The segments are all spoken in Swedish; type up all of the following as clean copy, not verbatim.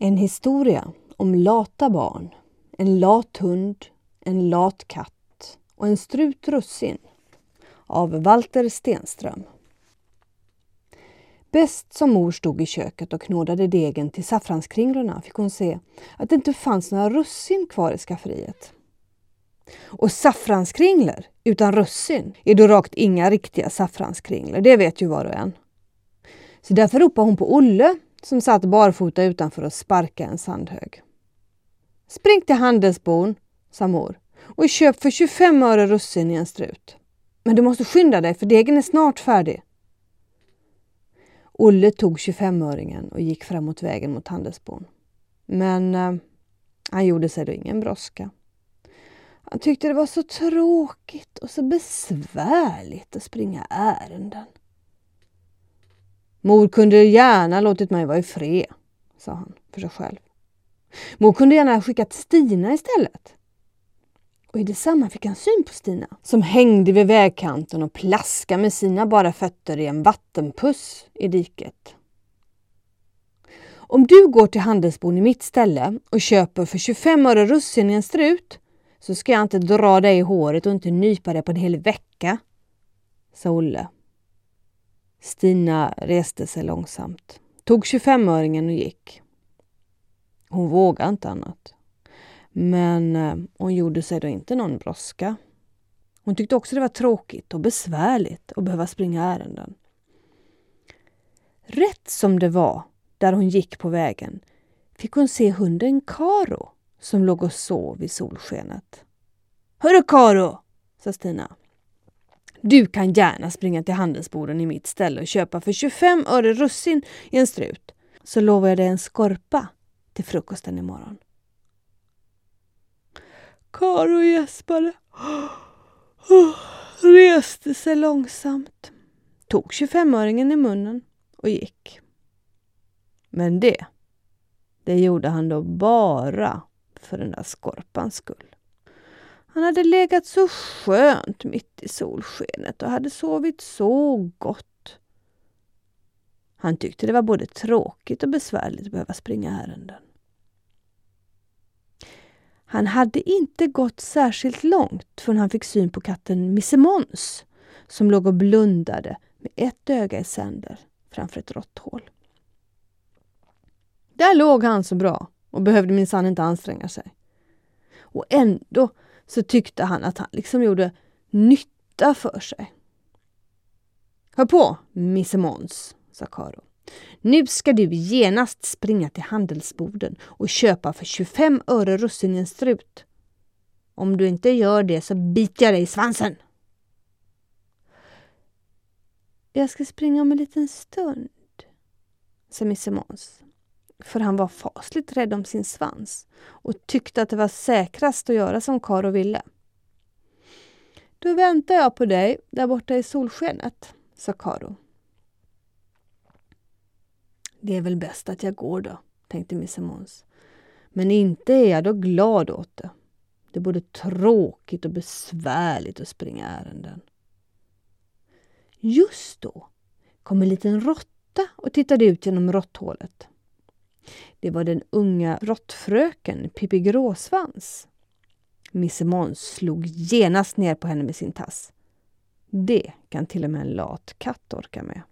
En historia om lata barn, en lat hund, en lat katt och en strut russin av Walter Stenström. Bäst som mor stod i köket och knådade degen till saffranskringlorna fick hon se att det inte fanns några russin kvar i skafferiet. Och saffranskringlor utan russin är då rakt inga riktiga saffranskringlor, det vet ju var och en. Så därför ropade hon på Olle som satt barfota utanför och sparka en sandhög. Spring till handelsbon, sa mor, och köp för 25 öre russin i en strut. Men du måste skynda dig för degen är snart färdig. Olle tog 25-öringen och gick framåt vägen mot handelsbon. Men han gjorde sig då ingen brådska. Han tyckte det var så tråkigt och så besvärligt att springa ärenden. Mor kunde gärna låtit mig vara i fred, sa han för sig själv. Mor kunde gärna ha skickat Stina istället. Och i detsamma fick han syn på Stina, som hängde vid vägkanten och plaskade med sina bara fötter i en vattenpuss i diket. Om du går till handelsbon i mitt ställe och köper för 25 öre russin i en strut, så ska jag inte dra dig i håret och inte nypa dig på en hel vecka, sa Olle. Stina reste sig långsamt, tog 25-öringen och gick. Hon vågade inte annat. Men hon gjorde sig då inte någon brådska. Hon tyckte också det var tråkigt och besvärligt att behöva springa ärenden. Rätt som det var, där hon gick på vägen, fick hon se hunden Karo som låg och sov i solskenet. Hörru Karo, sa Stina. Du kan gärna springa till handelsboden i mitt ställe och köpa för 25 öre russin i en strut. Så lovar jag dig en skorpa till frukosten imorgon. Karo gäspade, reste sig långsamt, tog 25-öringen i munnen och gick. Men det gjorde han då bara för den där skorpans skull. Han hade legat så skönt mitt i solskenet och hade sovit så gott. Han tyckte det var både tråkigt och besvärligt att behöva springa ärenden. Han hade inte gått särskilt långt förrän han fick syn på katten Misse Måns som låg och blundade med ett öga i sänder framför ett råtthål. Där låg han så bra och behövde minsann inte anstränga sig. Och ändå så tyckte han att han liksom gjorde nytta för sig. Hör på, Misse Måns, sa Karo. Nu ska du genast springa till handelsboden och köpa för 25 öre russin i en strut. Om du inte gör det så biter jag dig i svansen. Jag ska springa om en liten stund, sa Misse Måns. För han var fasligt rädd om sin svans och tyckte att det var säkrast att göra som Karo ville. Då väntar jag på dig där borta i solskenet, sa Karo. Det är väl bäst att jag går då, tänkte Misse Måns. Men inte är jag då glad åt det. Det är både tråkigt och besvärligt att springa ärenden. Just då kom en liten råtta och tittade ut genom råtthålet. Det var den unga råttfröken Pippi Gråsvans. Misse Måns slog genast ner på henne med sin tass. Det kan till och med en lat katt orka med.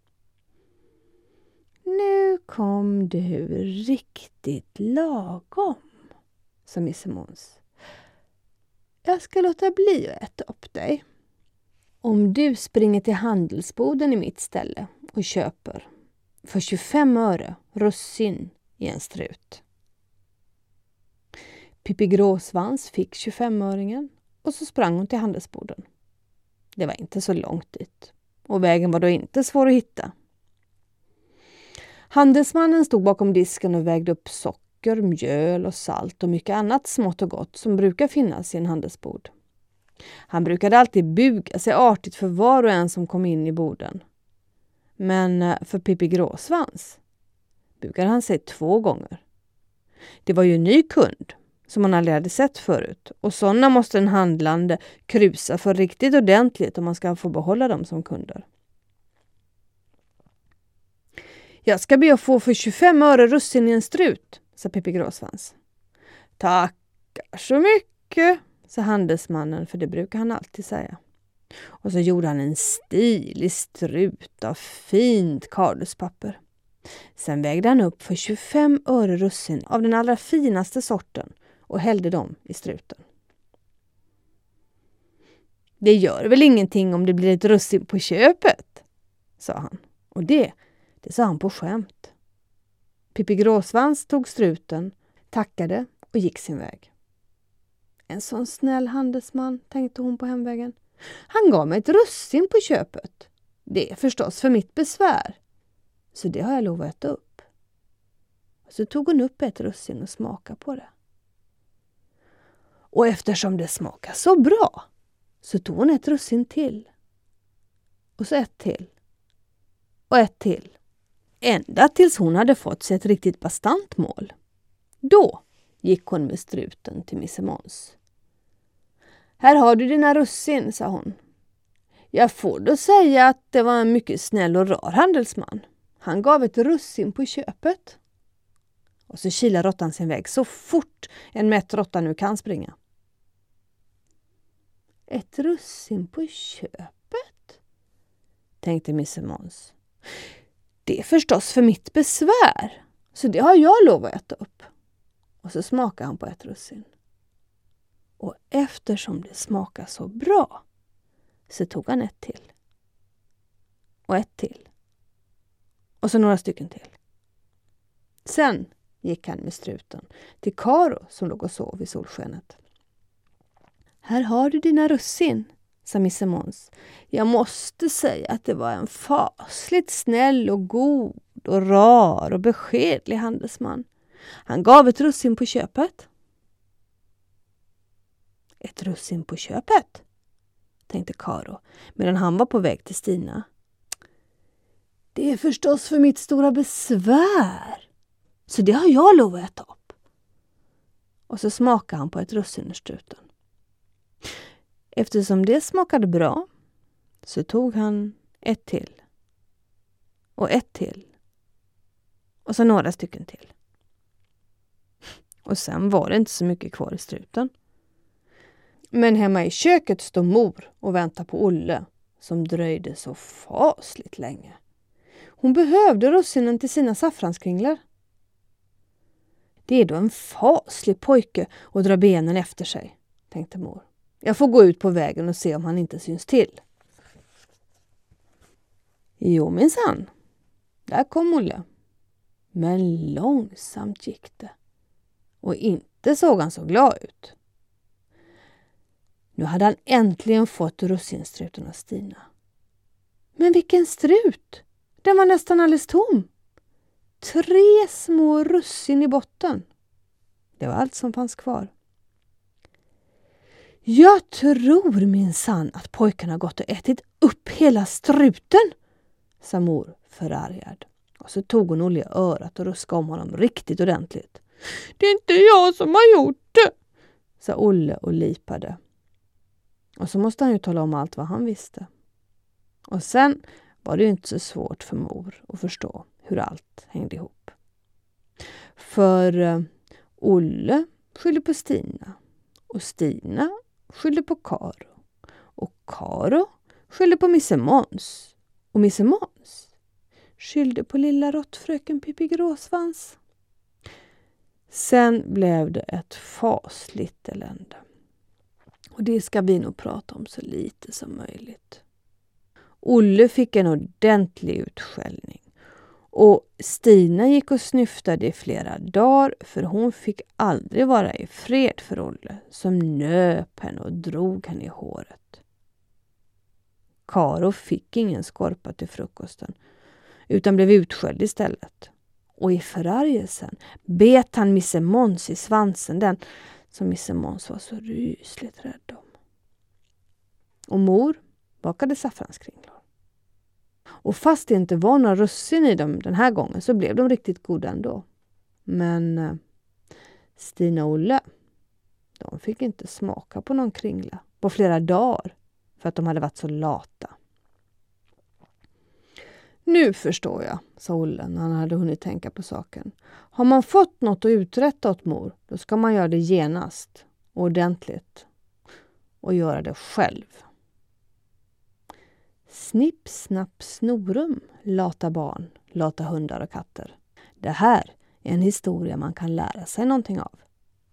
Nu kom du riktigt lagom, sa Misse Måns. Jag ska låta bli att äta upp dig. Om du springer till handelsboden i mitt ställe och köper för 25 öre russin i en strut. Pippi Gråsvans fick 25-öringen och så sprang hon till handelsboden. Det var inte så långt dit och vägen var då inte svår att hitta. Handelsmannen stod bakom disken och vägde upp socker, mjöl och salt och mycket annat smått och gott som brukar finnas i en handelsbod. Han brukade alltid buga sig artigt för var och en som kom in i boden. Men för Pippi Gråsvans bugade han sig 2 gånger. Det var ju en ny kund som han aldrig hade sett förut och sådana måste en handlande krusa för riktigt ordentligt om man ska få behålla dem som kunder. Jag ska be att få för 25 öre russin i en strut, sa Pippi Gråsvans. Tackar så mycket, sa handelsmannen, för det brukar han alltid säga. Och så gjorde han en stilig strut av fint karduspapper. Sen vägde han upp för 25 öre russin av den allra finaste sorten och hällde dem i struten. Det gör väl ingenting om det blir ett russin på köpet, sa han. Och det sa han på skämt. Pippi Gråsvans tog struten, tackade och gick sin väg. En sån snäll handelsman, tänkte hon på hemvägen. Han gav mig ett russin på köpet. Det är förstås för mitt besvär. Så det har jag lov att äta upp. Och så tog hon upp ett russin och smakade på det. Och eftersom det smakade så bra så tog hon ett russin till. Och så ett till. Och ett till. Ända tills hon hade fått sig ett riktigt bastant mål. Då gick hon med struten till Misse Måns. Här har du dina russin, sa hon. Jag får då säga att det var en mycket snäll och rar handelsman. Han gav ett russin på köpet. Och så kilade råttan sin väg så fort en mätt råtta nu kan springa. Ett russin på köpet, tänkte Misse Måns. Det är förstås för mitt besvär, så det har jag lov att äta upp. Och så smakade han på ett russin. Och eftersom det smakade så bra så tog han ett till. Och ett till. Och så några stycken till. Sen gick han med struten till Karo som låg och sov i solskenet. Här har du dina russin, sa Misse Måns. Jag måste säga att det var en fasligt snäll och god och rar och beskedlig handelsman. Han gav ett russin på köpet. Ett russin på köpet, tänkte Karo medan han var på väg till Stina. Det är förstås för mitt stora besvär, så det har jag lov att äta upp. Och så smakade han på ett russin ur struten. Eftersom det smakade bra så tog han ett till. Och ett till. Och så några stycken till. Och sen var det inte så mycket kvar i struten. Men hemma i köket stod mor och väntade på Olle som dröjde så fasligt länge. Hon behövde russinen till sina saffranskringlar. Det är då en faslig pojke att dra benen efter sig, tänkte mor. Jag får gå ut på vägen och se om han inte syns till. Jo minsann, där kom Olle. Men långsamt gick det. Och inte såg han så glad ut. Nu hade han äntligen fått russinstruten av Stina. Men vilken strut! Den var nästan alldeles tom. 3 små russin i botten. Det var allt som fanns kvar. Jag tror minsann att pojkarna gått och ätit upp hela struten, sa mor förargad. Och så tog hon Olle i örat och ruskade om honom riktigt ordentligt. Det är inte jag som har gjort det, sa Olle och lipade. Och så måste han ju tala om allt vad han visste. Och sen var det ju inte så svårt för mor att förstå hur allt hängde ihop. För Olle skyllde på Stina. Och Stina skyllde på Karo. Och Karo skyllde på Misse Måns. Och Misse Måns skyllde på lilla råttfröken Pippi Gråsvans. Sen blev det ett fasligt elände. Och det ska vi nog prata om så lite som möjligt. Olle fick en ordentlig utskällning. Och Stina gick och snyftade i flera dagar för hon fick aldrig vara i fred för Olle som nöp henne och drog henne i håret. Karo fick ingen skorpa till frukosten utan blev utskälld istället. Och i förargelsen bet han Misse Måns i svansen, den som Misse Måns var så rysligt rädd om. Och mor bakade saffranskringlor. Och fast det inte var några russin i dem den här gången så blev de riktigt goda ändå. Men Stina och Olle, de fick inte smaka på någon kringla på flera dagar för att de hade varit så lata. Nu förstår jag, sa Olle när han hade hunnit tänka på saken. Har man fått något att uträtta åt mor, då ska man göra det genast, ordentligt. Och göra det själv. Snipp, snapp, snorum, lata barn, lata hundar och katter. Det här är en historia man kan lära sig någonting av.